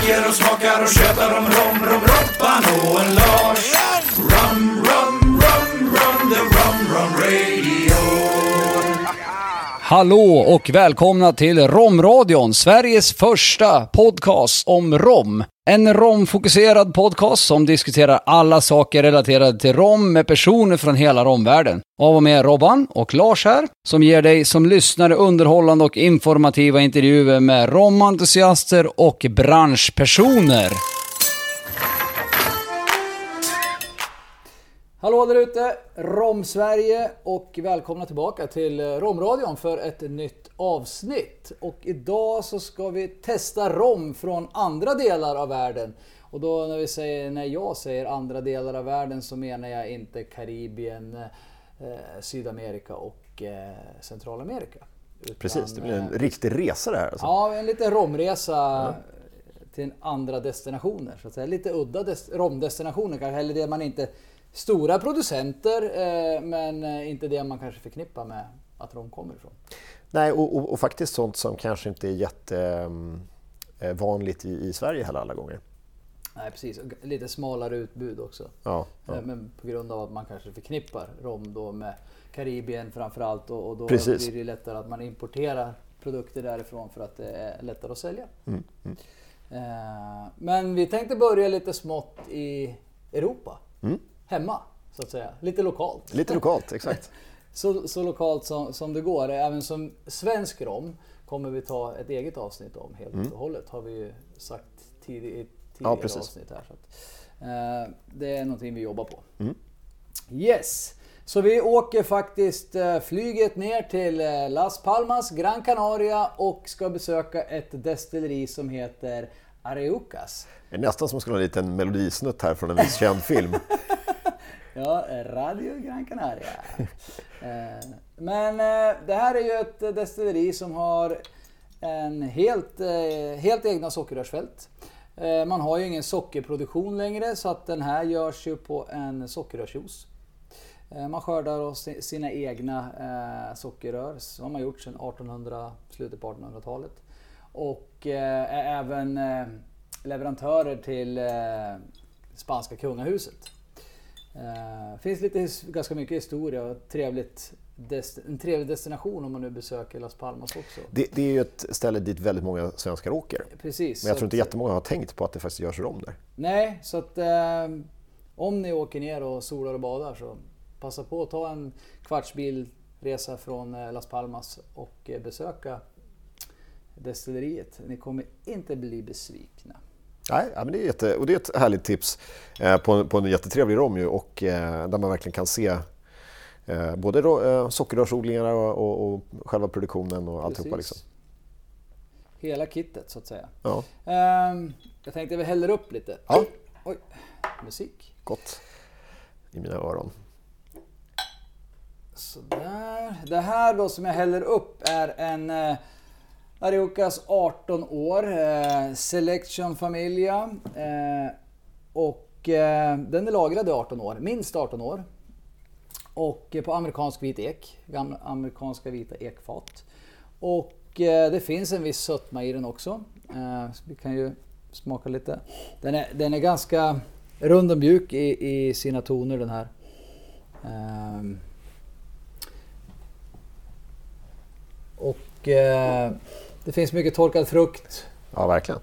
dricker och smakar och tjötar om rom, rom, Robban och en Lars. Rum, rum, rum, rum, the rum, rum radio. Hallå och välkomna till Romradion, Sveriges första podcast om rom. En romfokuserad podcast som diskuterar alla saker relaterade till rom med personer från hela romvärlden. Av och med Robban och Lars här, som ger dig som lyssnare underhållande och informativa intervjuer med romentusiaster och branschpersoner. Hallå där ute, Rom-Sverige, och välkomna tillbaka till Romradion för ett nytt avsnitt. Och idag så ska vi testa rom från andra delar av världen. Och då när jag säger andra delar av världen så menar jag inte Karibien, Sydamerika och Centralamerika. Precis, det blir en riktig resa det här. Alltså. Ja, en liten romresa till andra destinationer. Så att säga. Lite udda romdestinationer kanske, eller det man inte... Stora producenter, men inte det man kanske förknippar med att rom kommer ifrån. Nej, och faktiskt sånt som kanske inte är jättevanligt i Sverige heller alla gånger. Nej, precis. Och lite smalare utbud också. Ja. Men på grund av att man kanske förknippar rom då med Karibien framförallt. Och då precis. blir det lättare att man importerar produkter därifrån för att det är lättare att sälja. Men vi tänkte börja lite smått i Europa. Hemma, så att säga. Lite lokalt. Lite lokalt, exakt. så lokalt som det går. Även som svensk rom kommer vi ta ett eget avsnitt om helt och hållet. Har vi ju sagt tidigare avsnitt här. Så att, det är någonting vi jobbar på. Yes. Så vi åker faktiskt flyget ner till Las Palmas, Gran Canaria, och ska besöka ett destilleri som heter Areucas. Det är nästan som att skulle ha en liten melodisnutt här från en viss känd film. Ja, Radio Gran Canaria. Men det här är ju ett destilleri som har en helt egna sockerrörsfält. Man har ju ingen sockerproduktion längre, så att den här görs ju på en sockerrörsjuice. Man skördar sina egna sockerrör som man gjort sedan slutet på 1800-talet. Och är även leverantörer till spanska kungahuset. Finns ganska mycket historia och en trevlig destination om man nu besöker Las Palmas också. Det är ju ett ställe dit väldigt många svenskar åker. Precis. Men jag tror inte jättemånga har tänkt på att det faktiskt görs rom där. Nej, så att om ni åker ner och solar och badar så passa på att ta en kvartsbilresa från Las Palmas och besöka destilleriet. Ni kommer inte bli besvikna. Nej, men det är ett härligt tips på en jättetrevlig rom ju, och där man verkligen kan se både sockerrörsodlingarna och själva produktionen och alltihopa liksom. Hela kittet så att säga. Ja. Jag tänkte vi häller upp lite. Ja. Oj, musik. Gott i mina öron. Så där. Det här då som jag häller upp är en Areucas 18 år, Selection Familia, och den är lagrad i 18 år, minst 18 år, och på amerikansk vit ek, gamla amerikanska vita ekfat, och det finns en viss sötma i den också. Vi kan ju smaka lite. Den är ganska rund och mjuk i sina toner, den här. Och det finns mycket torkad frukt. Ja, verkligen.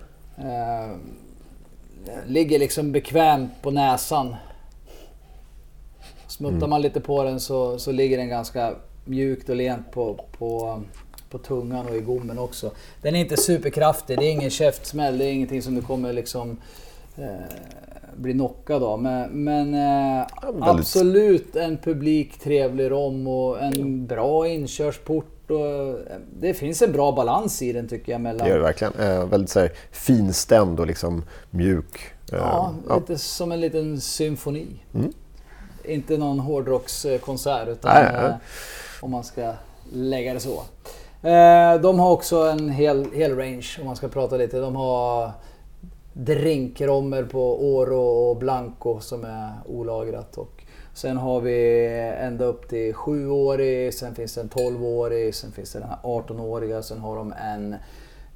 Ligger liksom bekvämt på näsan. Smuttar man lite på den så ligger den ganska mjukt och lent på tungan och i gommen också. Den är inte superkraftig, det är ingen käftsmäll, det är ingenting som du kommer liksom bli knockad av. Men absolut en publik trevlig rom och en bra inkörsport. Det finns en bra balans i den tycker jag. Det gör det verkligen. Väldigt så här, finstämd och liksom mjuk. Ja, lite som en liten symfoni. Inte någon hårdrockskonsert utan om man ska lägga det så. De har också en hel range om man ska prata lite. De har drinkrommer på Oro och Blanco som är olagrat, och sen har vi ända upp till 7-årig, sen finns det en 12-årig, sen finns det den här 18-åriga, sen har de en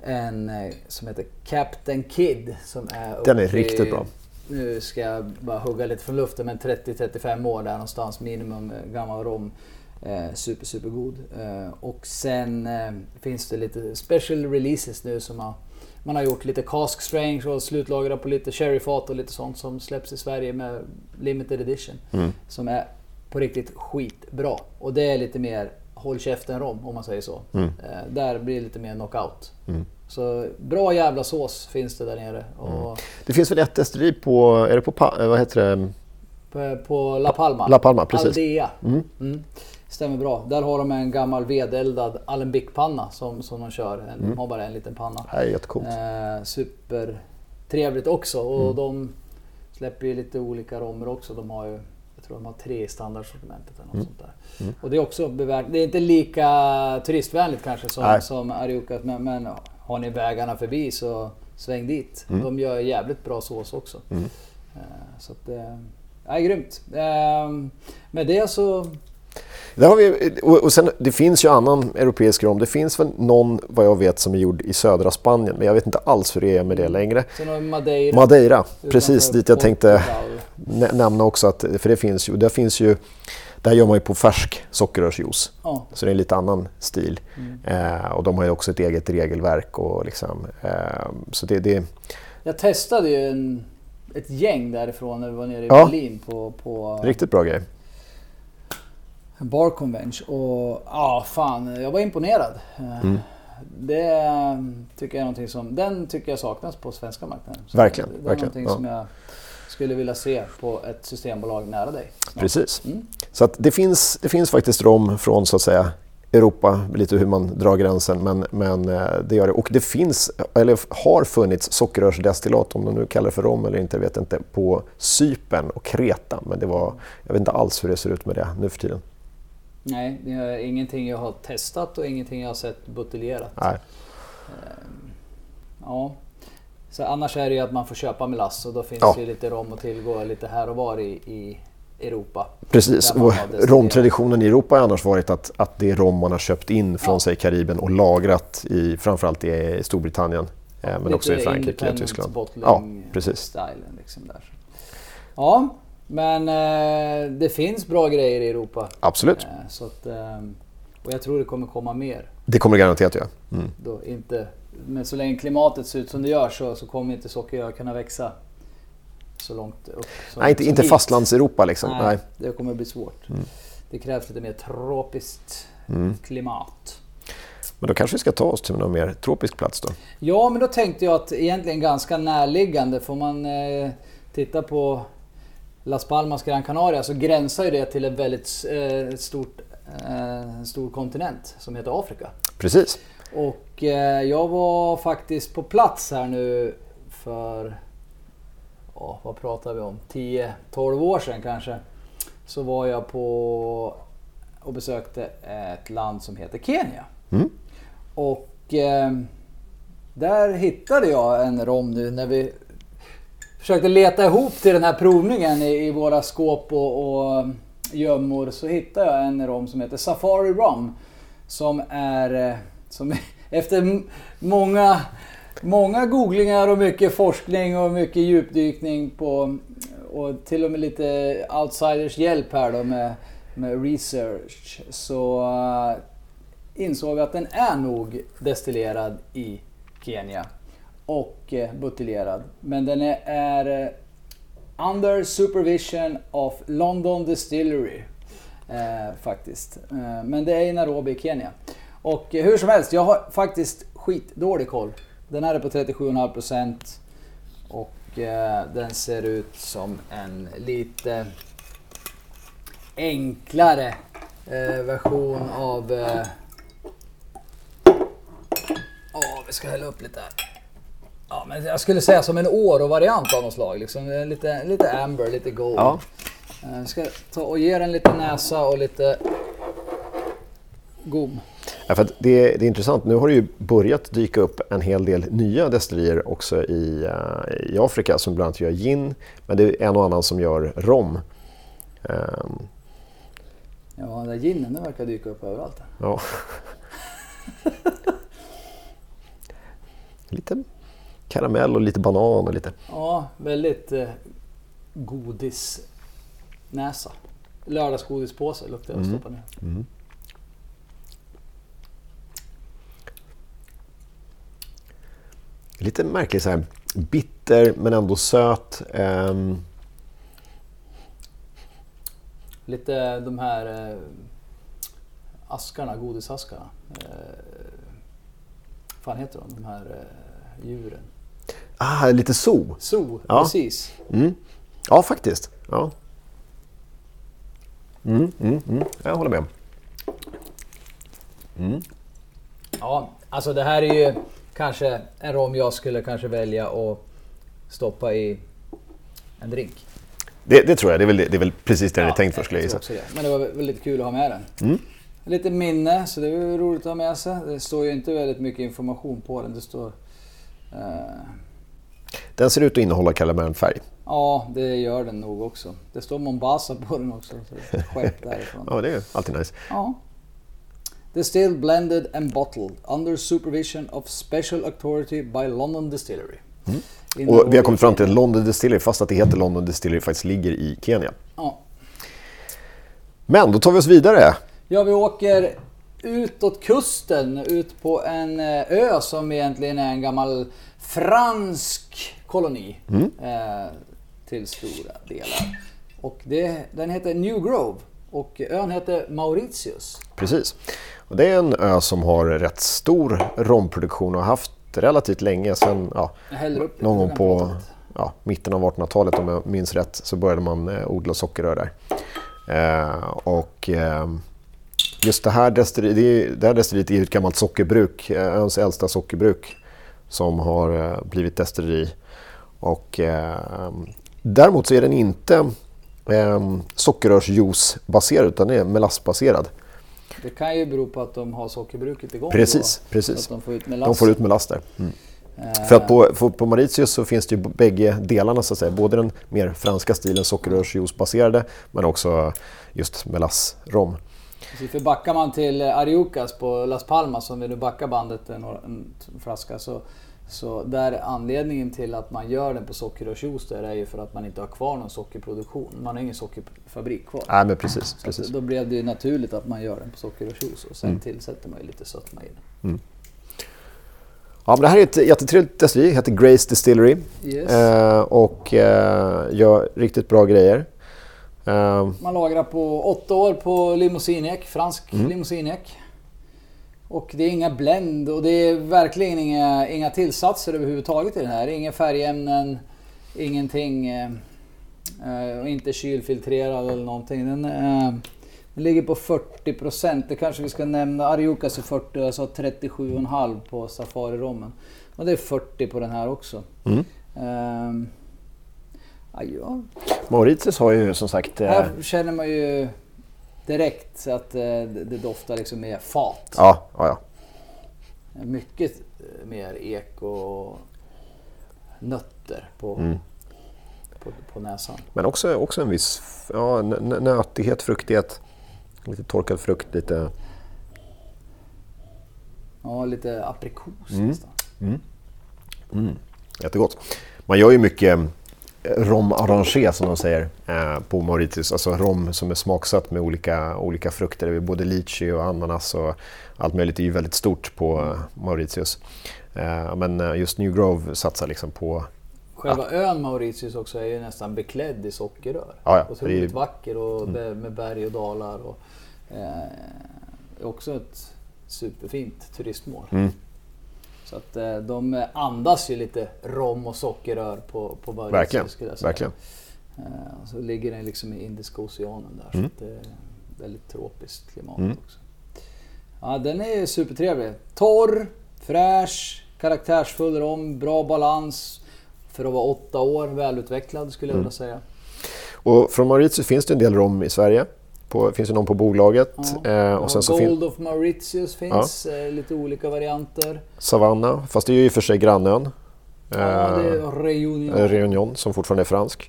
en som heter Captain Kidd som är Den är riktigt bra. Nu ska jag bara hugga lite från luften, men 30-35 år där någonstans minimum gammal rom. Supergod. Och sen finns det lite special releases nu som man har gjort lite cask strength och slutlagrat på lite sherryfat och lite sånt som släpps i Sverige med limited edition. Som är på riktigt skitbra. Och det är lite mer håll käften rom om man säger så. Där blir det lite mer knockout. Så bra jävla sås finns det där nere. Och det finns väl ett destilleri på, är det på, vad heter det? På La Palma. La Palma, precis. Aldea. Stämmer bra. Där har de en gammal vedeldad Alembic-panna som de kör. De har bara en liten panna. Det är jättecoolt. Super trevligt också. Och de släpper ju lite olika romer också. De har ju, jag tror de har 3 i standardsortimentet eller något sånt där. Och det är också bevärt. Det är inte lika turistvänligt kanske som Ariukas, men har ni vägarna förbi så sväng dit. De gör jävligt bra sås också. Så att det är grymt. Med det så... Där har vi, och sen, det finns ju annan europeisk rom. Det finns väl någon, vad jag vet, som är gjord i södra Spanien. Men jag vet inte alls hur det är med det längre. Sen har vi Madeira, precis dit jag tänkte nämna också. För det finns ju, där gör man ju på färsk sockerrörsjuice. Så det är en lite annan stil. Och de har ju också ett eget regelverk. Och liksom, så det... Jag testade ju ett gäng därifrån när vi var nere i Berlin på riktigt bra grej. Bar Convention och fan, jag var imponerad. Det tycker jag är någonting som den tycker jag saknas på svenska marknaden. Så verkligen. Det är någonting som jag skulle vilja se på ett systembolag nära dig. Precis. Så att det finns faktiskt rom från så att säga Europa, lite hur man drar gränsen, men det gör det. Och det finns, eller har funnits sockerrörsdestillat, om de nu kallar det för rom eller inte, vet inte, på Cypern och Kreta. Men jag vet inte alls hur det ser ut med det nu för tiden. Nej, det är ingenting jag har testat och ingenting jag har sett buteljerat. Nej. Så annars är det ju att man får köpa med lass och då finns ju lite rom att tillgå lite här och var i Europa. Precis, och romtraditionen i Europa har annars varit att det är rom man har köpt in från sig Karibien och lagrat framförallt i Storbritannien, men också i Frankrike och Tyskland. Ja, precis. Stylen liksom där. Ja, men det finns bra grejer i Europa. Absolut. Så att, och jag tror det kommer komma mer. Det kommer garanterat göra. Då inte, men så länge klimatet ser ut som det gör så kommer inte sockerrör kunna växa så långt upp. Nej, inte fastlands-Europa liksom. Nej, det kommer bli svårt. Det krävs lite mer tropiskt klimat. Men då kanske vi ska ta oss till någon mer tropisk plats då? Ja, men då tänkte jag att egentligen ganska närliggande, får man titta på Las Palmas, Gran Canaria, så gränsar ju det till en väldigt stor kontinent som heter Afrika. Precis. Och jag var faktiskt på plats här nu för, vad pratar vi om, 10-12 år sedan kanske. Så var jag på och besökte ett land som heter Kenya. Och där hittade jag en rom nu när vi försökte leta ihop till den här provningen i våra skåp och gömmor, så hittade jag en rom som heter Safari Rum som efter många googlingar och mycket forskning och mycket djupdykning på, och till och med lite outsiders hjälp här då med research, så insåg vi att den är nog destillerad i Kenya och buteljerad, men den är under supervision of London Distillery faktiskt, men det är i Nairobi i Kenya. Och hur som helst, jag har faktiskt skitdålig koll. Den här är på 37,5% och den ser ut som en lite enklare version av vi ska hälla upp lite här. Ja, men jag skulle säga som en Oro-variant av något slag liksom. Lite amber, lite gold. Ja. Jag ska ta och ge den lite näsa och lite gom. Ja, för det är intressant. Nu har det ju börjat dyka upp en hel del nya destillerier också i Afrika som bland annat gör gin, men det är en och annan som gör rom. Ja, den där ginen, den verkar dyka upp överallt. Ja. lite karamell och lite banan och lite. Ja, väldigt godisnäsa. Lördagsgodispåse luktar jag stoppa ner. Lite märklig så här bitter men ändå söt. Lite de här askarna, godisaskarna. Fan heter de här djuren? Lite zoo. Zoo, Ja. precis. Ja, faktiskt. Ja. Jag håller med. Ja, alltså det här är ju kanske en rom jag skulle kanske välja att stoppa i en drink. Det tror jag. Det är väl precis det den är tänkt för, skulle jag gissa. Men det var väldigt kul att ha med den. Lite minne, så det är roligt att ha med sig. Det står ju inte väldigt mycket information på den. Det står... Den ser ut att innehålla karamellfärg. Ja, det gör den nog också. Det står Mombasa på den också. Så det är skepp därifrån. Ja, det är alltid nice. Ja. Distilled, blended and bottled under supervision of Special Authority by London Distillery. Och vi har kommit fram till att London Distillery, fast att det heter London Distillery, faktiskt ligger i Kenya. Ja. Men då tar vi oss vidare. Ja, vi åker utåt kusten, ut på en ö som egentligen är en gammal fransk koloni till stora delar. Och den heter New Grove och ön heter Mauritius. Precis. Och det är en ö som har rätt stor romproduktion och har haft relativt länge sedan någon gång på mitten av 1800-talet, om jag minns rätt, så började man odla sockerrör där. Just det här destilleriet är ett gammalt sockerbruk, öns äldsta sockerbruk, som har blivit destilleri. Och däremot så är den inte sockerrörsjuice-baserad, utan den är melassbaserad. Det kan ju bero på att de har sockerbruket igång. Precis. Att de får ut melass. De får ut melass där. För att på Mauritius så finns det ju bägge delarna, så att säga. Både den mer franska stilen sockerrörsjuice-baserade, men också just melassrom. Precis, för backar man till Ariucas på Las Palmas, som vi nu backar bandet en flaska, så där är anledningen till att man gör den på sockerrörsjuice där är ju för att man inte har kvar någon sockerproduktion. Man har ingen sockerfabrik kvar. Nej, men precis. Då blev det ju naturligt att man gör den på sockerrörsjuice och sen tillsätter man ju lite sötma i den. Ja, men det här är ett jättetrevligt destilleri, heter Grace Distillery. Yes. Och gör riktigt bra grejer. Man lagrar på 8 år på limousinek, fransk limousinek. Och det är inga blend och det är verkligen inga tillsatser överhuvudtaget i den här. Inga färgämnen, ingenting, och inte kylfiltrerad eller någonting. Den ligger på 40%. Det kanske vi ska nämna. Ariucas är 40, jag sa 37,5 på Safari-rommen. Och det är 40 på den här också. Ja. Mauritius har ju som sagt... Här känner man ju direkt att det doftar liksom mer fat. Ja. Mycket mer ek och nötter på näsan. Men också en viss nötighet, fruktighet. Lite torkad frukt, lite... Ja, lite aprikos nästan. Jättegott. Man gör ju mycket rom arrangé, som de säger, på Mauritius. Alltså rom som är smaksatt med olika frukter. Det är både lychee och ananas och allt möjligt. Det är ju väldigt stort på Mauritius. Men just New Grove satsar liksom på... Själva ön Mauritius också är ju nästan beklädd i sockerrör. Otroligt vacker och med berg och dalar. Och, också ett superfint turistmål. Så att de andas ju lite rom och sockerrör på Mauritius, skulle jag säga. Verkligen. Så ligger den liksom i Indiska oceanen där. Så att det är väldigt tropiskt klimat också. Ja, den är supertrevlig. Torr, fräsch, karaktärsfull rom, bra balans. För att vara 8 år, välutvecklad skulle jag vilja säga. Och från Mauritius finns det en del rom i Sverige. Finns det någon på bolaget. Och sen Gold of Mauritius finns, lite olika varianter. Savannah, fast det är ju i och för sig grannön. Det är Réunion som fortfarande är fransk.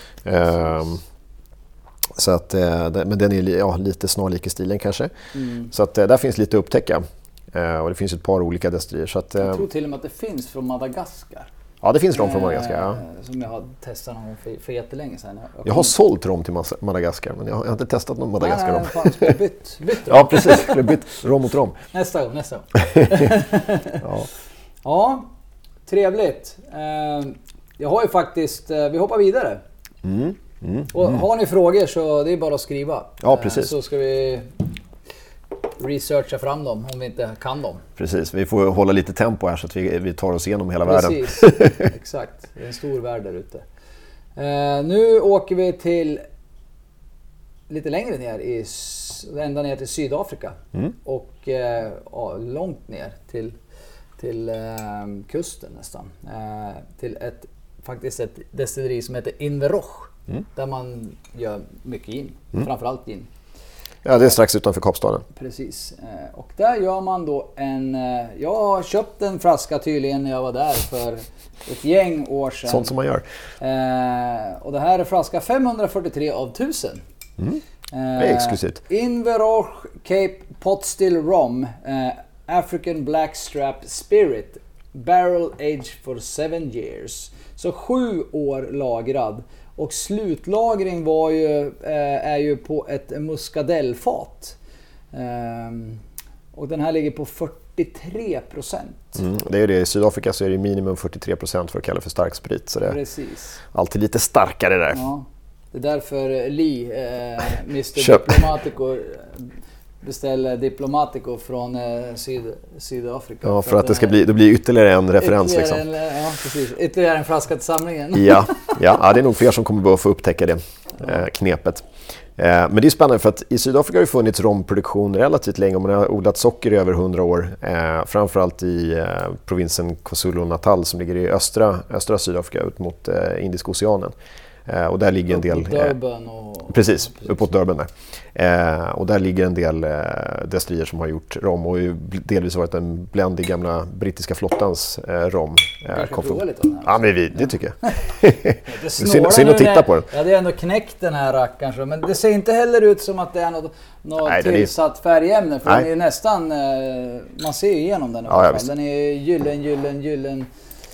Så att, men den är lite snarlik i stilen kanske. Så att där finns lite att upptäcka. Och det finns ett par olika destillerier. Så att, jag tror till och med att det finns från Madagaskar. Ja, det finns rom från Madagaskar. Ja. Som jag har testat någon gång för jättelänge sedan. Jag har sålt rom till Madagaskar, men jag har inte testat någon Madagaskar-rom. Nej, ska jag bytt rom? Ja, precis. Ska jag bytt rom mot rom. Nästa gång. Ja. Ja, trevligt. Jag har ju faktiskt, vi hoppar vidare. Och har ni frågor så det är bara att skriva. Ja, precis. Så ska vi researcha fram dem om vi inte kan dem. Precis, vi får hålla lite tempo här så att vi tar oss igenom hela Precis. världen. Exakt, det är en stor värld där ute. Nu åker vi till lite längre ner, ända ner till Sydafrika. Och långt ner till kusten nästan. Till faktiskt ett destilleri som heter Inverrochy. Där man gör mycket gin, framförallt gin. Ja, det är strax utanför Kapstaden. Precis. Och där gör man då jag har köpt en flaska tydligen när jag var där för ett gäng år sedan. Sånt som man gör. Och det här är flaska 543 av 1000. Det är exklusivt. Inverrochy Cape Pot Still Rum, African Blackstrap Spirit, Barrel Age for 7 years. Så 7 år lagrad. Och slutlagring är ju på ett muscadellfat. Och den här ligger på 43%. Det är ju det. I Sydafrika så är det minimum 43% för att kalla för starksprit. Så det är Precis. alltid lite starkare där. Ja, det är därför Lee, Mr. Diplomatico, beställer Diplomatico från Sydafrika. Ja, för att det ska bli ytterligare en referens. Ja, precis. Ytterligare en flaska till samlingen. Ja, det är nog fler som kommer behöva få upptäcka det knepet. Men det är spännande för att i Sydafrika har det funnits romproduktion relativt länge och man har odlat socker i över 100 år. Framförallt i provinsen KwaZulu-Natal som ligger i östra Sydafrika ut mot Indiska oceanen. Och där ligger en del... Durban precis, uppåt Durban där. Och där ligger en del destillerier som har gjort rom och delvis varit en blend i gamla brittiska flottans rom. Kanske prova lite av den här. Ja, men det tycker jag. Det synd att titta på den. Ja, det är ändå knäckt den här rackaren. Men det ser inte heller ut som att det är något tillsatt färgämne. För den är nästan... Man ser ju igenom den i alla fall. Den är gyllen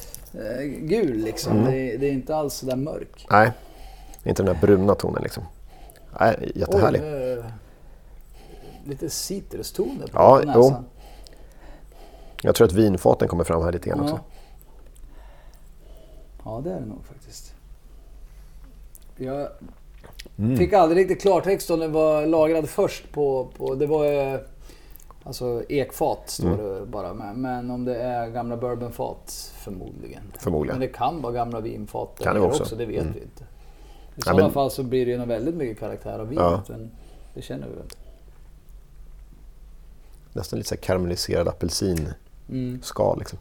gul liksom. Det är inte alls så där mörk. Nej, inte den där bruna tonen liksom. Nej, jättehärlig. Lite citrustoner på näsan. Jo. Jag tror att vinfaten kommer fram här lite grann också. Ja, det är det nog faktiskt. Jag fick aldrig riktigt klartext om den var lagrad först på det var alltså ekfat står det bara med. Men om det är gamla bourbonfat förmodligen. Men det kan vara gamla vinfat kan det också, det vet vi inte. I sådana fall så blir det ju nog väldigt mycket karaktär av vinet, men det känner vi inte. Nästan lite så här karamelliserad apelsinskal liksom.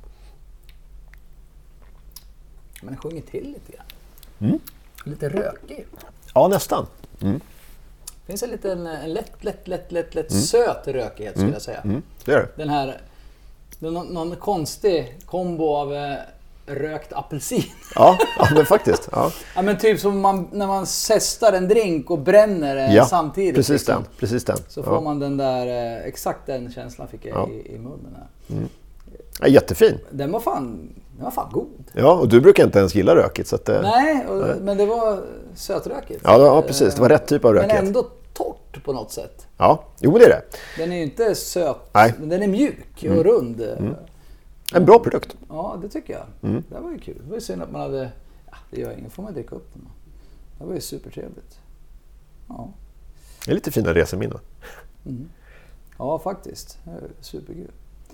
Men den sjunger till lite grann. Lite rökig. Ja, nästan. Det finns en lätt söt rökighet skulle jag säga. Det är det. Den här någon konstig kombo av rökt apelsin. Ja, men faktiskt. Ja. Ja, men typ som när man zestar en drink och bränner samtidigt. Precis den. Så får man den där, exakt den känslan fick jag i munnen här. Ja, jättefin. Den var fan god. Ja, och du brukar inte ens gilla rökigt. Så att, nej, men det var sötrökigt. Ja, precis. Det var rätt typ av rökigt. Men ändå torrt på något sätt. Ja, jo men det är det. Den är ju inte söt, nej. Men den är mjuk och rund. En bra produkt. Ja, det tycker jag. Det var ju kul. Det var ju synd att man hade... Ja, det gör ingen, får man dricka upp den. Det var ju supertrevligt. Ja. Det är lite fina reseminnen. Ja, faktiskt. Det är superkul.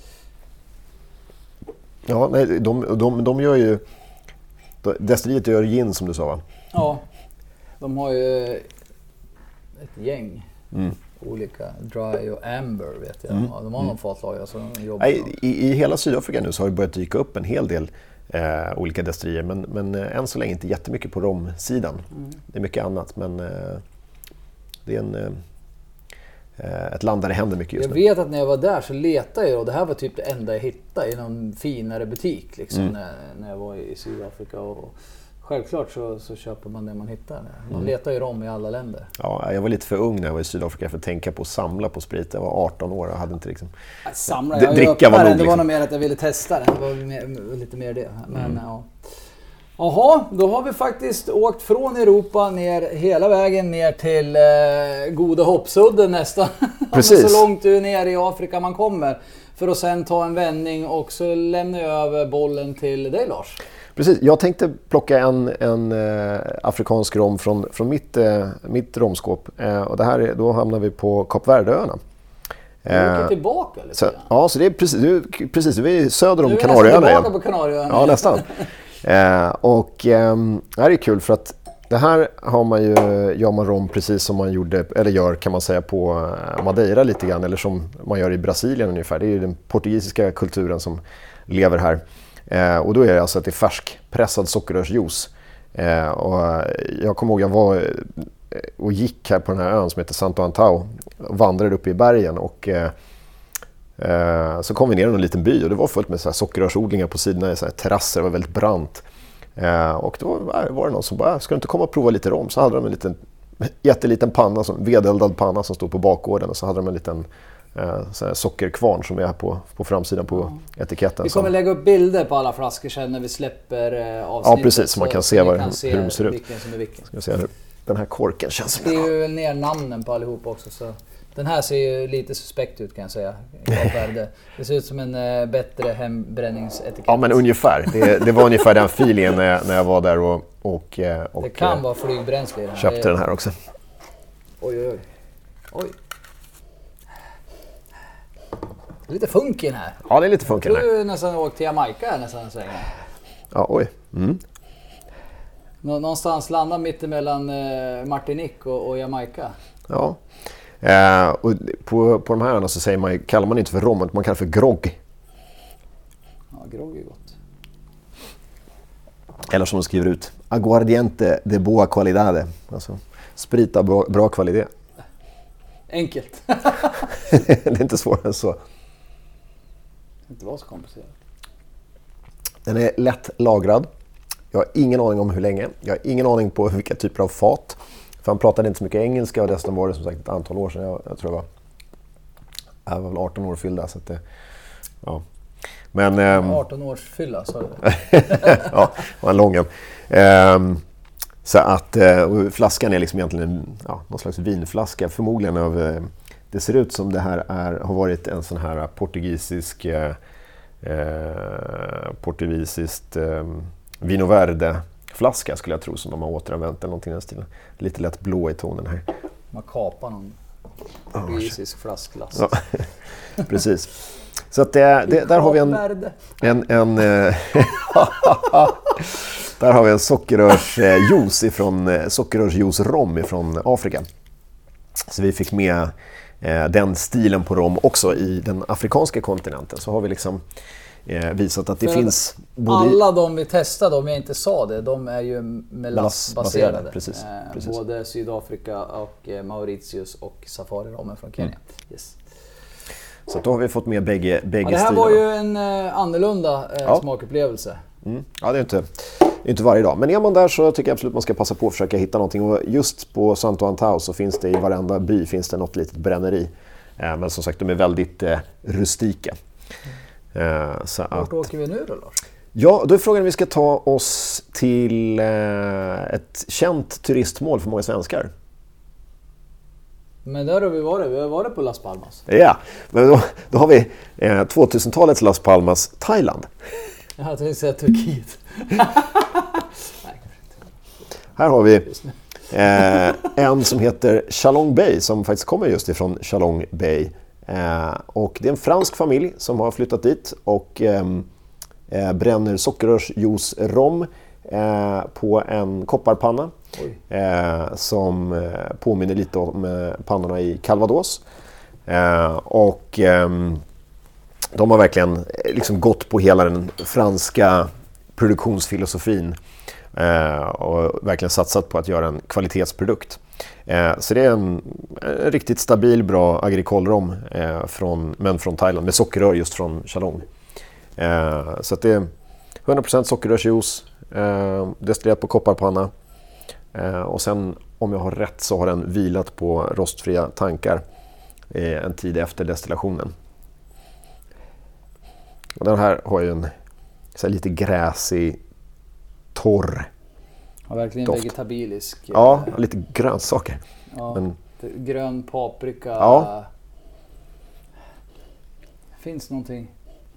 Ja, nej, de gör ju... Destilleriet gör gin som du sa, va? Ja, de har ju ett gäng olika dry och amber vet jag. De har någon fatlagare som jobbar. I hela Sydafrika nu så har det börjat dyka upp en hel del olika destillerier, men än så länge inte jättemycket på romsidan. Det är mycket annat, men det är ett land där det händer mycket just nu. Jag vet att när jag var där så letade jag och det här var typ det enda jag hittade i någon finare butik liksom, när jag var i Sydafrika och Självklart så köper man det man hittar. Man letar ju rom i alla länder. Ja, jag var lite för ung när jag var i Sydafrika för att tänka på att samla på sprit. Jag var 18 år och hade inte liksom... Samla, dricka var nog liksom. Det var nog mer att jag ville testa det. Det var lite mer det. Men ja. Jaha, då har vi faktiskt åkt från Europa ner hela vägen ner till Goda Hoppsudden nästan. Precis. Så långt ner i Afrika man kommer. För att sen ta en vändning och så lämna över bollen till dig, Lars. Precis, jag tänkte plocka en afrikansk rom från mitt romskåp. Och det här, då hamnar vi på Kap Verde-öarna. Du åker tillbaka lite grann. Ja, så det är precis vi är söder om Kanarieöarna. Kanarieöarna Du är igen. nästan tillbaka på Kanarieöarna. Ja, nästan. Det här är kul för att det här gör man rom precis som man gör kan man säga på Madeira lite grann, eller som man gör i Brasilien ungefär. Det är ju den portugisiska kulturen som lever här. Och då är det alltså att det är färskpressad sockerrörsjuice. Och jag kommer ihåg jag var och gick här på den här ön som heter Santo Antão och vandrade upp i bergen och så kom vi ner i en liten by och det var fullt med så här sockerrörsodlingar på sidorna, så här terrasser, det var väldigt brant. Och då var det någon som bara, ska du inte komma och prova lite rom? Så hade de en liten jätteliten panna, vedeldad panna som stod på bakgården, och så hade de en liten så här sockerkvarn som är här på framsidan på etiketten. Vi kommer lägga upp bilder på alla flaskor sen när vi släpper avsnittet. Ja, precis, så man kan se hur de ser ut. Vilken som är vilken. Ska se hur den här korken känns. Skriver ju ner namnen på allihop också, så den här ser ju lite suspekt ut kan jag säga. Det ser ut som en bättre hembränningsetikett. Ja, men ungefär. Det var ungefär den feelingen när jag var där och det kan vara flygbränsle i den här. Köpte den här också. Oj. Lite funk i den här. Ja, det är lite funk i den här. Du nästan åkt till Jamaica nästan en sväng. Ja, oj. Mm. Någonstans landar mitt emellan Martinique och Jamaica. Ja. Och på de här öarna så kallar man inte för rom, man kallar för grogg. Ja, grogg är gott. Eller som de skriver ut, aguardiente de boa qualidade. Alltså sprit av bra kvalitet. Enkelt. Det är inte svårare än så. Det inte var så komplicerat. Den är lätt lagrad. Jag har ingen aning om hur länge. Jag har ingen aning på vilka typer av fat. För han pratade inte så mycket engelska och dessutom var det som sagt ett antal år sedan. Jag tror jag var väl 18 år fyllda. Så att det, ja. Men, 18 års fylla, sa du? ja, var en lång en. Så att flaskan är liksom egentligen någon slags vinflaska. Förmodligen det ser ut som det här har varit en sån här portugisiskt Vino Verde-flaska skulle jag tro, som de har återanvänt eller någonting i den stilen. Lite lätt blå i tonen här. Man kapar någon portugisisk flasklass. Ja, precis. Så att där har vi där har vi en sockerrörsjuice rom ifrån Afrika. Så vi fick med den stilen på rom också i den afrikanska kontinenten. Så har vi liksom visat att det finns... Alla de vi testade, om jag inte sa det, de är ju melassbaserade. Precis. Både Sydafrika och Mauritius och Safari-rommen från Kenya. Yes. Så då har vi fått med bägge det här stilarna. var ju en annorlunda smakupplevelse. Ja, det är inte varje dag. Men är man där så tycker jag absolut man ska passa på att försöka hitta någonting. Och just på Santo Antão så finns det i varenda by finns det något litet bränneri. Men som sagt, de är väldigt rustika. Vart åker vi nu då, Lars? Ja, då är frågan om vi ska ta oss till ett känt turistmål för många svenskar. Men där har vi varit. Vi har varit på Las Palmas. Ja, men då har vi 2000-talets Las Palmas, Thailand. Jag tänkte säga Turkiet. Här har vi en som heter Chalong Bay, som faktiskt kommer just ifrån Chalong Bay. Och det är en fransk familj som har flyttat dit och bränner sockerrörsjuice-rom på en kopparpanna som påminner lite om pannorna i Calvados. Och de har verkligen liksom gått på hela den franska produktionsfilosofin och verkligen satsat på att göra en kvalitetsprodukt. Så det är en riktigt stabil, bra agricole-rom men från Thailand med sockerrör just från Chalong. Så att det 100% sockerrörsjuice, destillerat på kopparpanna. Och sen, om jag har rätt, så har den vilat på rostfria tankar en tid efter destillationen. Och den här har ju en så här lite gräsig, torr verkligen doft. vegetabilisk. Ja, lite grönsaker. Ja, Men, grön paprika. Ja. Finns någonting.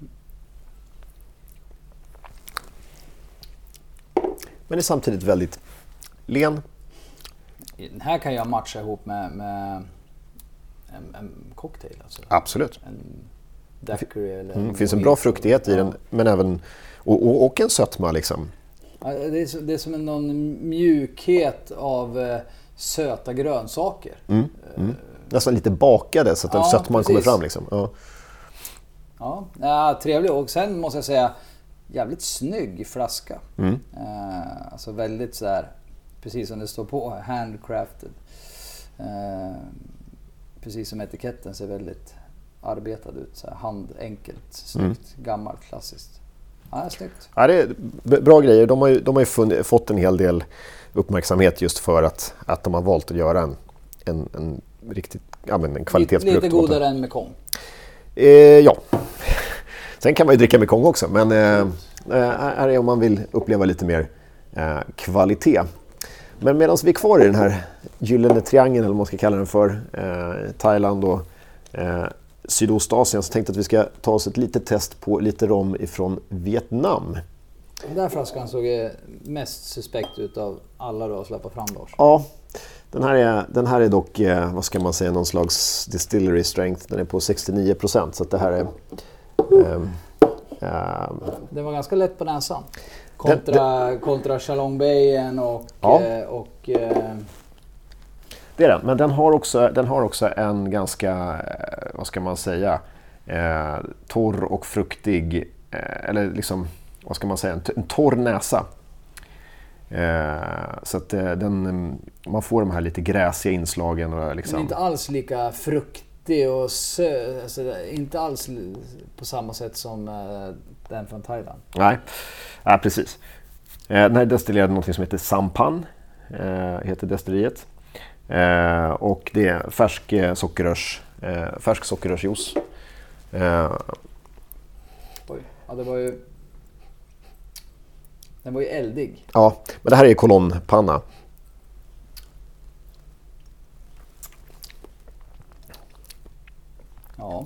men är samtidigt väldigt len. Den här kan jag matcha ihop med en cocktail. Alltså. Absolut. En daiquiri eller Det finns en bra fruktighet i den, men även och en sötma liksom. Ja, det är som någon mjukhet av söta grönsaker. Nästan lite bakade så att den sötman kommer precis. fram liksom. Ja, trevlig. Och sen måste jag säga, jävligt snygg flaska. Alltså väldigt så här, precis som det står på, handcrafted. Precis som etiketten ser väldigt arbetad ut. Så här, handenkelt, snyggt, gammalt, klassiskt. Ja, snyggt. Ja, det är bra grejer. De har ju fått en hel del uppmärksamhet just för att de har valt att göra en riktigt en kvalitetsprodukt. Lite godare än Mekong. Ja. Sen kan man ju dricka Mekong också, men här är om man vill uppleva lite mer kvalitet. Men medan vi är kvar i den här gyllene triangeln, eller vad man ska kalla den för, Thailand och Sydostasien, så tänkte jag att vi ska ta oss ett litet test på lite rom ifrån Vietnam. Den där flaskan såg mest suspekt ut av alla du har släppt fram, Lars. Ja, den här är dock, vad ska man säga, någon slags distillery strength. Den är på 69%, så att det här är... Den var ganska lätt på näsan. Kontra Shalong Bayen och... Det är den, men den har också en ganska, vad ska man säga, torr och fruktig, eller liksom, vad ska man säga, en torr näsa. Så att man får de här lite gräsiga inslagen. Och liksom. Men inte alls lika fruktig och alltså, inte alls på samma sätt som den från Thailand. Nej, precis. Den här är destillerad något som heter Sampan, heter destilleriet. Och det är färsk sockerrörsjuice. Oj, ja, den var ju eldig. Ja, men det här är kolonnpanna. Ja.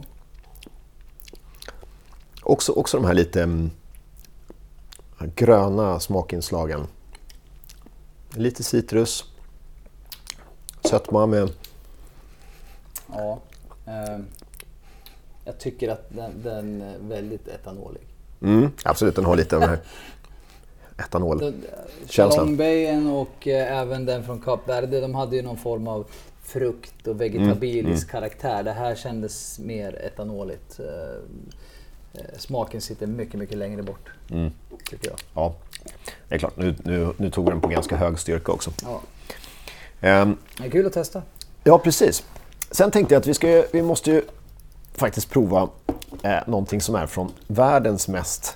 Också de här lite gröna smakinslagen. Lite citrus. Sötma med... Ja. Jag tycker att den är väldigt etanolig. Absolut, den har lite den här etanolkänslan. Shalong Bayen och även den från Kap Verde, de hade ju någon form av frukt och vegetabilisk karaktär. Det här kändes mer etanoligt. Smaken sitter mycket, mycket längre bort, tycker jag. Ja, det är klart. Nu tog den på ganska hög styrka också. Ja. Det är kul att testa. Ja, precis. Sen tänkte jag att vi måste ju faktiskt prova någonting som är från världens mest...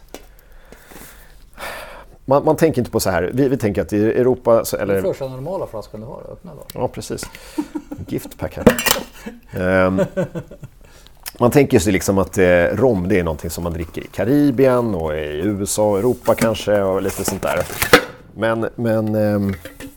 Man tänker inte på så här. Vi tänker att i Europa... Eller... Den första normala flaskan du har, öppna då. Ja, precis. Giftpack här. Man tänker sig liksom att rom, det är någonting som man dricker i Karibien och i USA och Europa kanske och lite sånt där. Men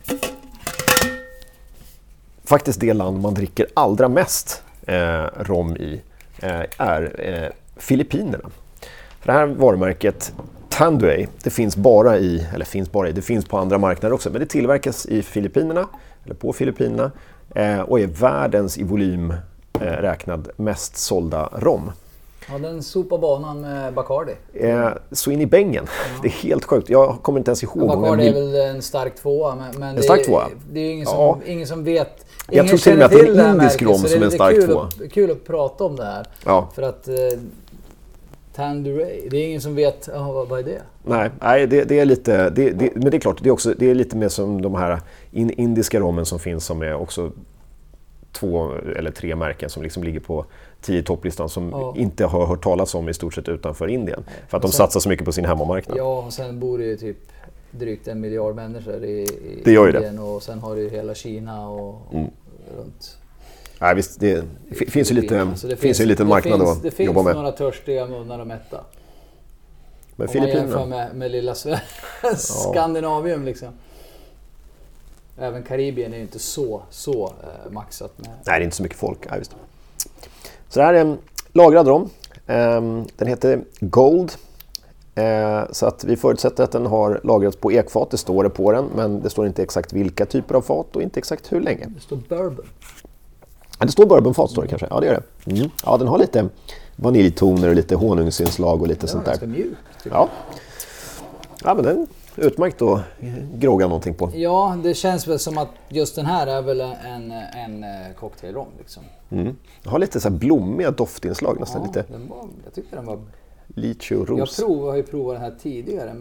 faktiskt det land man dricker allra mest rom i är Filippinerna. För det här varumärket Tanduay, det finns på andra marknader också, men det tillverkas i Filippinerna, eller på Filippinerna, och är världens i volym räknad mest sålda rom. Ja, den sopar banan med Bacardi. Så in i bängen. Ja. Det är helt sjukt. Jag kommer inte ens ihåg. Bacardi är väl en stark tvåa. Men en stark tvåa? Det är ingen som vet. Jag tror till och med att det är en indisk rom som är en stark tvåa. Det är kul att prata om det här. Ja. För att Tanduay, det är ingen som vet vad är det? Nej, det är lite... men det är klart, det är lite mer som de här indiska rommen som finns, som är också 2 eller 3 märken som liksom ligger på 10 topplistan som inte har hört talas om i stort sett utanför Indien. För att de satsar så mycket på sin hemmamarknad. Ja, och sen bor det ju typ drygt 1 miljard människor i det gör Indien det. och sen har du ju hela Kina och runt. Nej, visst, det finns ju lite, finns ju en liten marknad att jobba med. Det finns några törstiga munnar att mätta. Men om man jämför med lilla Skandinavium liksom. Även Karibien är ju inte så maxat med. Nej, det är inte så mycket folk. Ja, visst. Så det här är en lagrad rom. Den heter Gold. Så att vi förutsätter att den har lagrats på ekfat. Det står det på den, men det står inte exakt vilka typer av fat och inte exakt hur länge. Det står bourbon. Ja, det står bourbonfat står det kanske. Ja, det gör det. Mm. Ja, den har lite vaniljtoner och lite honungsinslag och lite sånt där. Den är ganska mjuk. Ja, men den är utmärkt att grogga någonting på. Ja, det känns väl som att just den här är väl en cocktailrom liksom. Den har lite så här blommiga doftinslag nästan lite. Jag tyckte den var... Lychee och ros. Jag har ju provat den här tidigare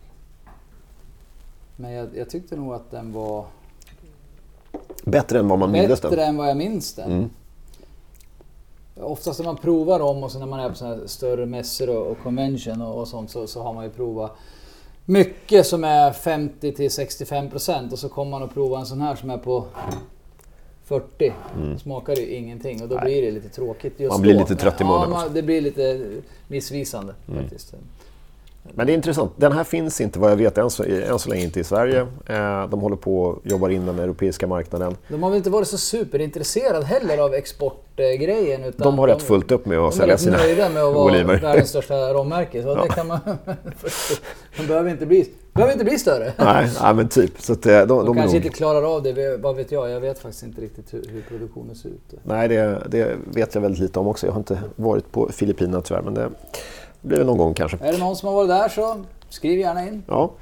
men jag tyckte nog att den var... Bättre än vad man minns den. Bättre än vad jag minns den. Oftast när man provar om och så när man är på såna här större mässor och convention och sånt så har man ju provat mycket som är 50-65% och så kommer man att prova en sån här som är på 40. Smakar det ju ingenting och då blir det lite tråkigt. Just man blir då. lite trött i munnen. Ja, det blir lite missvisande faktiskt. Men det är intressant. Den här finns inte vad jag vet än så länge inte i Sverige. De håller på och jobbar in den europeiska marknaden. De har väl inte varit så superintresserade heller av exportgrejen. Utan de har rätt fullt upp med att sälja sina oliver. De är med att vara världens största rommärke. Så det kan man... De behöver inte bli större. Nej, men typ. Så att de kanske inte klarar av det, vad vet jag. Jag vet faktiskt inte riktigt hur produktionen ser ut. Nej, det vet jag väldigt lite om också. Jag har inte varit på Filippinerna tyvärr, men det blir väl någon gång kanske. Är det någon som har varit där så skriv gärna in. Ja.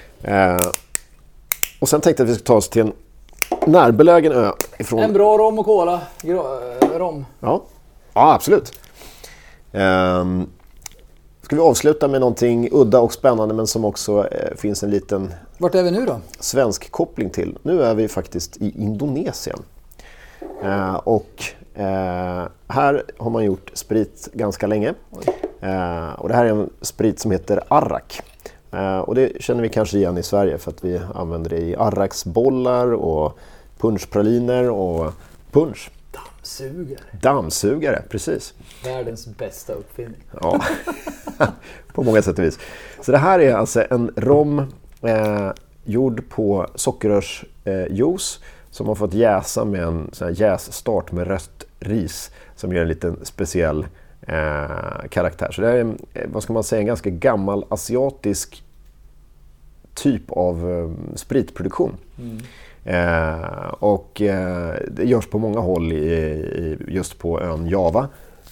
Och sen tänkte jag att vi ska ta oss till en närbelägen ö ifrån... En bra rom och cola. Rom. Ja, absolut. Ska vi avsluta med någonting udda och spännande men som också finns en liten... Vart är vi nu då? Svensk koppling till. Nu är vi faktiskt i Indonesien. Här har man gjort sprit ganska länge. Och det här är en sprit som heter Arrak. Och det känner vi kanske igen i Sverige för att vi använder det i arraksbollar och punschpraliner och punsch. Dammsugare, precis. Världens bästa uppfinning. Ja, på många sätt och vis. Så det här är alltså en rom gjord på sockerrörsjuice som har fått jäsa med en sån här jässtart med rött ris som ger en liten speciell karaktär. Så det är vad ska man säga, en ganska gammal asiatisk typ av spritproduktion. Det görs på många håll just på ön Java.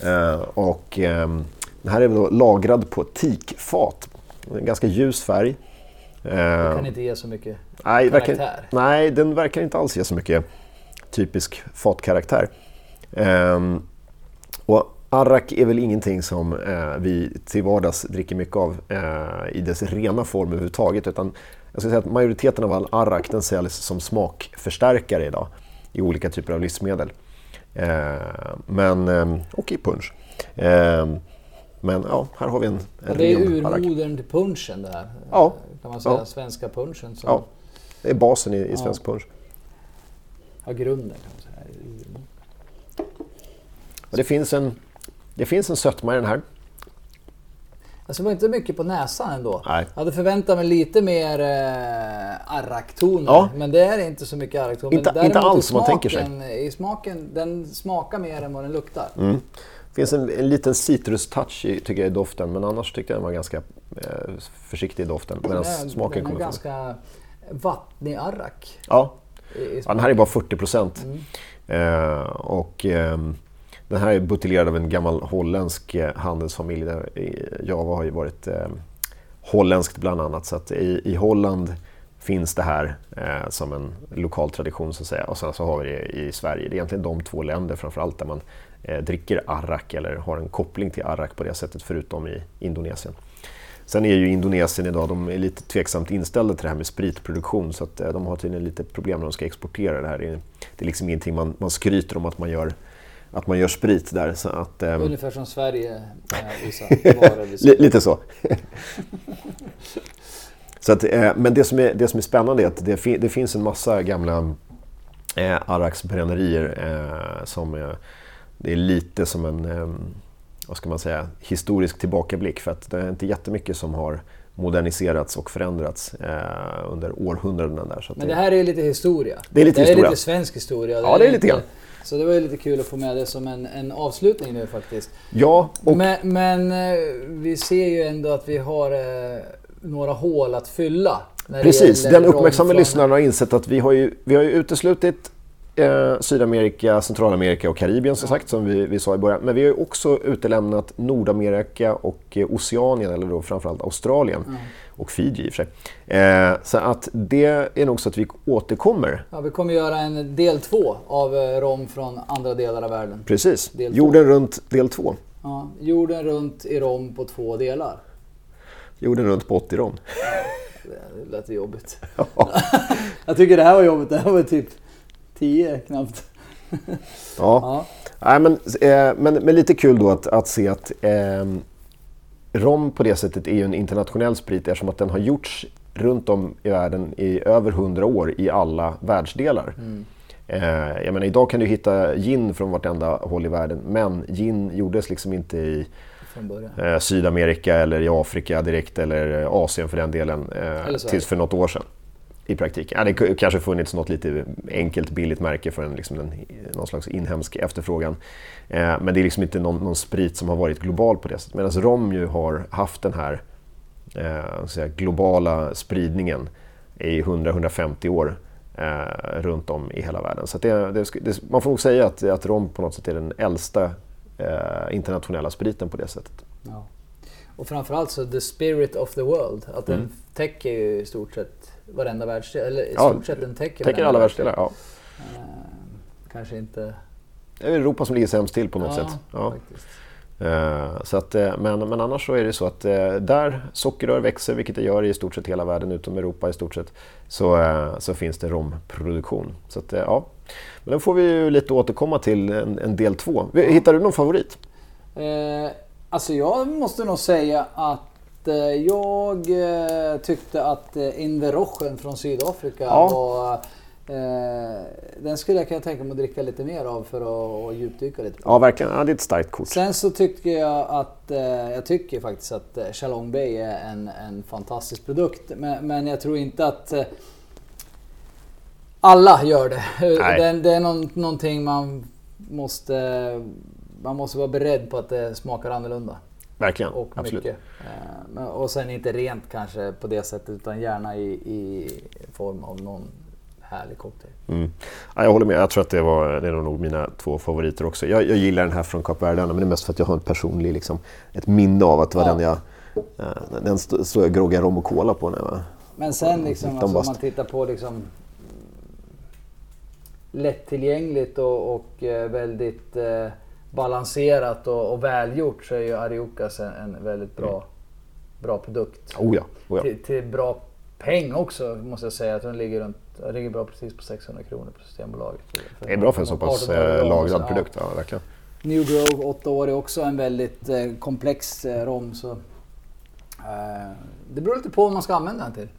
Den här är då lagrad på teakfat. En ganska ljus färg. Det kan inte ge så mycket karaktär. Nej, den verkar inte alls ge så mycket typisk fatkaraktär. Och Arrak är väl ingenting som vi till vardags dricker mycket av i dess rena form överhuvudtaget, utan jag ska säga att majoriteten av all Arrak den säljs som smakförstärkare idag i olika typer av livsmedel. Och i punsch. Men ja, här har vi en det är urmodern till punschen det här. Ja. Kan man säga, svenska punschen. Så... Ja, det är basen i svensk punsch. Ja, grunden kan man säga. Och det finns en sötma i den här. Alltså det var inte mycket på näsan ändå. Nej. Jag hade förväntat mig lite mer arraktoner, men det är inte så mycket arraktoner. Inte alls som man tänker sig. I smaken, den smakar mer än vad den luktar. Det finns en liten citrus-touch tycker jag i doften, men annars tycker jag den var ganska försiktig i doften. Medan smaken kommer ganska vattnig arrak. Ja, den här är bara 40%. Den här är buteljerad av en gammal holländsk handelsfamilj. Där Java har ju varit holländskt bland annat. Så att i Holland finns det här som en lokal tradition så att säga. Och sen så har vi det i Sverige. Det är egentligen de två länder framförallt där man dricker arrak eller har en koppling till arrak på det sättet, förutom i Indonesien. Sen är ju Indonesien idag, de är lite tveksamt inställda till det här med spritproduktion, så att de har tydligen lite problem när de ska exportera det här. det är liksom ingenting man skryter om att man gör sprit där. Så att, ungefär som Sverige vissa varor. Lite så. Så att, men det som är spännande är att det finns en massa gamla Arrax-brännerier som det är lite som en vad ska man säga, historisk tillbakablick, för att det är inte jättemycket som har moderniserats och förändrats under århundraden där. Så men det här är lite historia. Det är lite svensk historia. Ja, det är lite grann. Så det var ju lite kul att få med det som en avslutning nu faktiskt. Ja, och men vi ser ju ändå att vi har några hål att fylla. Precis, den uppmärksamma lyssnaren har insett att vi har ju uteslutit Sydamerika, Centralamerika och Karibien som sagt, som vi sa i början. Men vi har ju också utelämnat Nordamerika och Oceanien, eller då framförallt Australien och Fiji i och för sig. Så att det är nog så att vi återkommer. Ja, vi kommer göra en del 2 av rom från andra delar av världen. Precis, jorden runt del 2. Ja, jorden runt i rom på 2 delar. Jorden runt på 80 rom. Det lät jobbigt. Ja. Jag tycker det här var jobbigt, det här var typ 10 knappt. Ja. Nej, men lite kul då att se att rom på det sättet är ju en internationell sprit, eftersom att den har gjorts runt om i världen i över 100 år i alla världsdelar. Jag menar, idag kan du hitta gin från vartenda håll i världen, men gin gjordes liksom inte i Sydamerika eller i Afrika direkt, eller Asien för den delen, tills för något år sedan. I praktiken. Det kanske funnits något lite enkelt billigt märke för någon slags inhemsk efterfrågan. Men det är liksom inte någon sprit som har varit global på det sättet. Medan rom ju har haft den här globala spridningen i 100-150 år runt om i hela världen. Så att man får nog säga att rom på något sätt är den äldsta internationella spriten på det sättet. Ja. Och framförallt så the spirit of the world. Att den täcker ju i stort sett varenda världsdel, eller i stort sett den täcker alla världsdelar, ja. Kanske inte... Det är Europa som ligger sämst till på något sätt. Ja. Faktiskt. Så att, men annars så är det så att där sockerrör växer, vilket det gör i stort sett hela världen utom Europa i stort sett, så finns det romproduktion. Så att, ja. Men den får vi ju lite återkomma till en del 2. Hittar du någon favorit? Alltså jag måste nog säga att jag tyckte att Inverrochen från Sydafrika var... den skulle jag kunna tänka mig att dricka lite mer av för att djupdyka lite på. Ja, verkligen. Ja, det är ett starkt kort. Sen så tycker jag att jag tycker faktiskt att Chalong Bay är en fantastisk produkt, men jag tror inte att alla gör det. Det är någonting man måste vara beredd på att det smakar annorlunda. Verkligen, och absolut. Mycket. Och sen inte rent kanske på det sättet, utan gärna i form av någon härlig cocktail. Ja, jag håller med. Jag tror att det är nog mina 2 favoriter också. Jag gillar den här från Kap Verde, men det är mest för att jag har en personlig ett minne av att det var den står jag groggar rom och cola på när men sen liksom, alltså, om man tittar på liksom lättillgängligt och väldigt balanserat och välgjort, så är ju Ariocas en väldigt bra produkt. Oh ja. Till bra peng också, måste jag säga, att den ligger bra precis på 600 kronor på Systembolaget. Det är bra för en så pass lagrad produkt, ja, verkligen. New Grove 8 år är också en väldigt komplex rom, så det beror lite på vad man ska använda den till.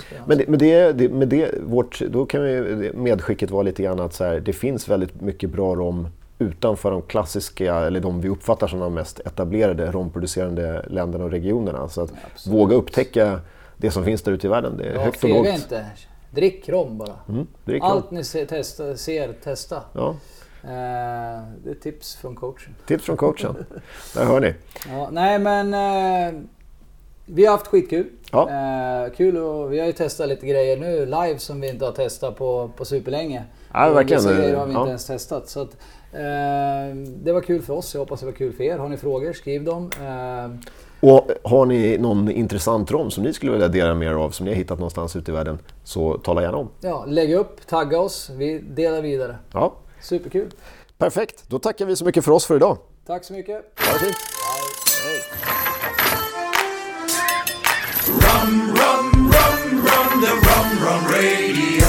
Då kan medskicket vara lite grann att så här, det finns väldigt mycket bra rom utanför de klassiska, eller de vi uppfattar som de mest etablerade romproducerande länderna och regionerna. Så att våga upptäcka det som finns där ute i världen. Det är högt och lågt. Inte. Drick rom bara. Drick allt rom. Ni testa. Ja. Det är tips från coachen. Tips från coachen. Där hör ni. Ja, nej men vi har haft skitkul. Ja. Kul, och vi har ju testat lite grejer nu live som vi inte har testat på superlänge. Ja, verkligen. Vissa grejer har vi inte ens testat. Så att, det var kul för oss. Jag hoppas det var kul för er. Har ni frågor, skriv dem. Och har ni någon intressant rom som ni skulle vilja dela mer av, som ni har hittat någonstans ute i världen, så tala gärna om. Ja, lägg upp, tagga oss. Vi delar vidare. Ja. Superkul. Perfekt. Då tackar vi så mycket för oss för idag. Tack så mycket. Ha det fint. Hej. Rum, rum, rum, rum, the Rum Rum Radio.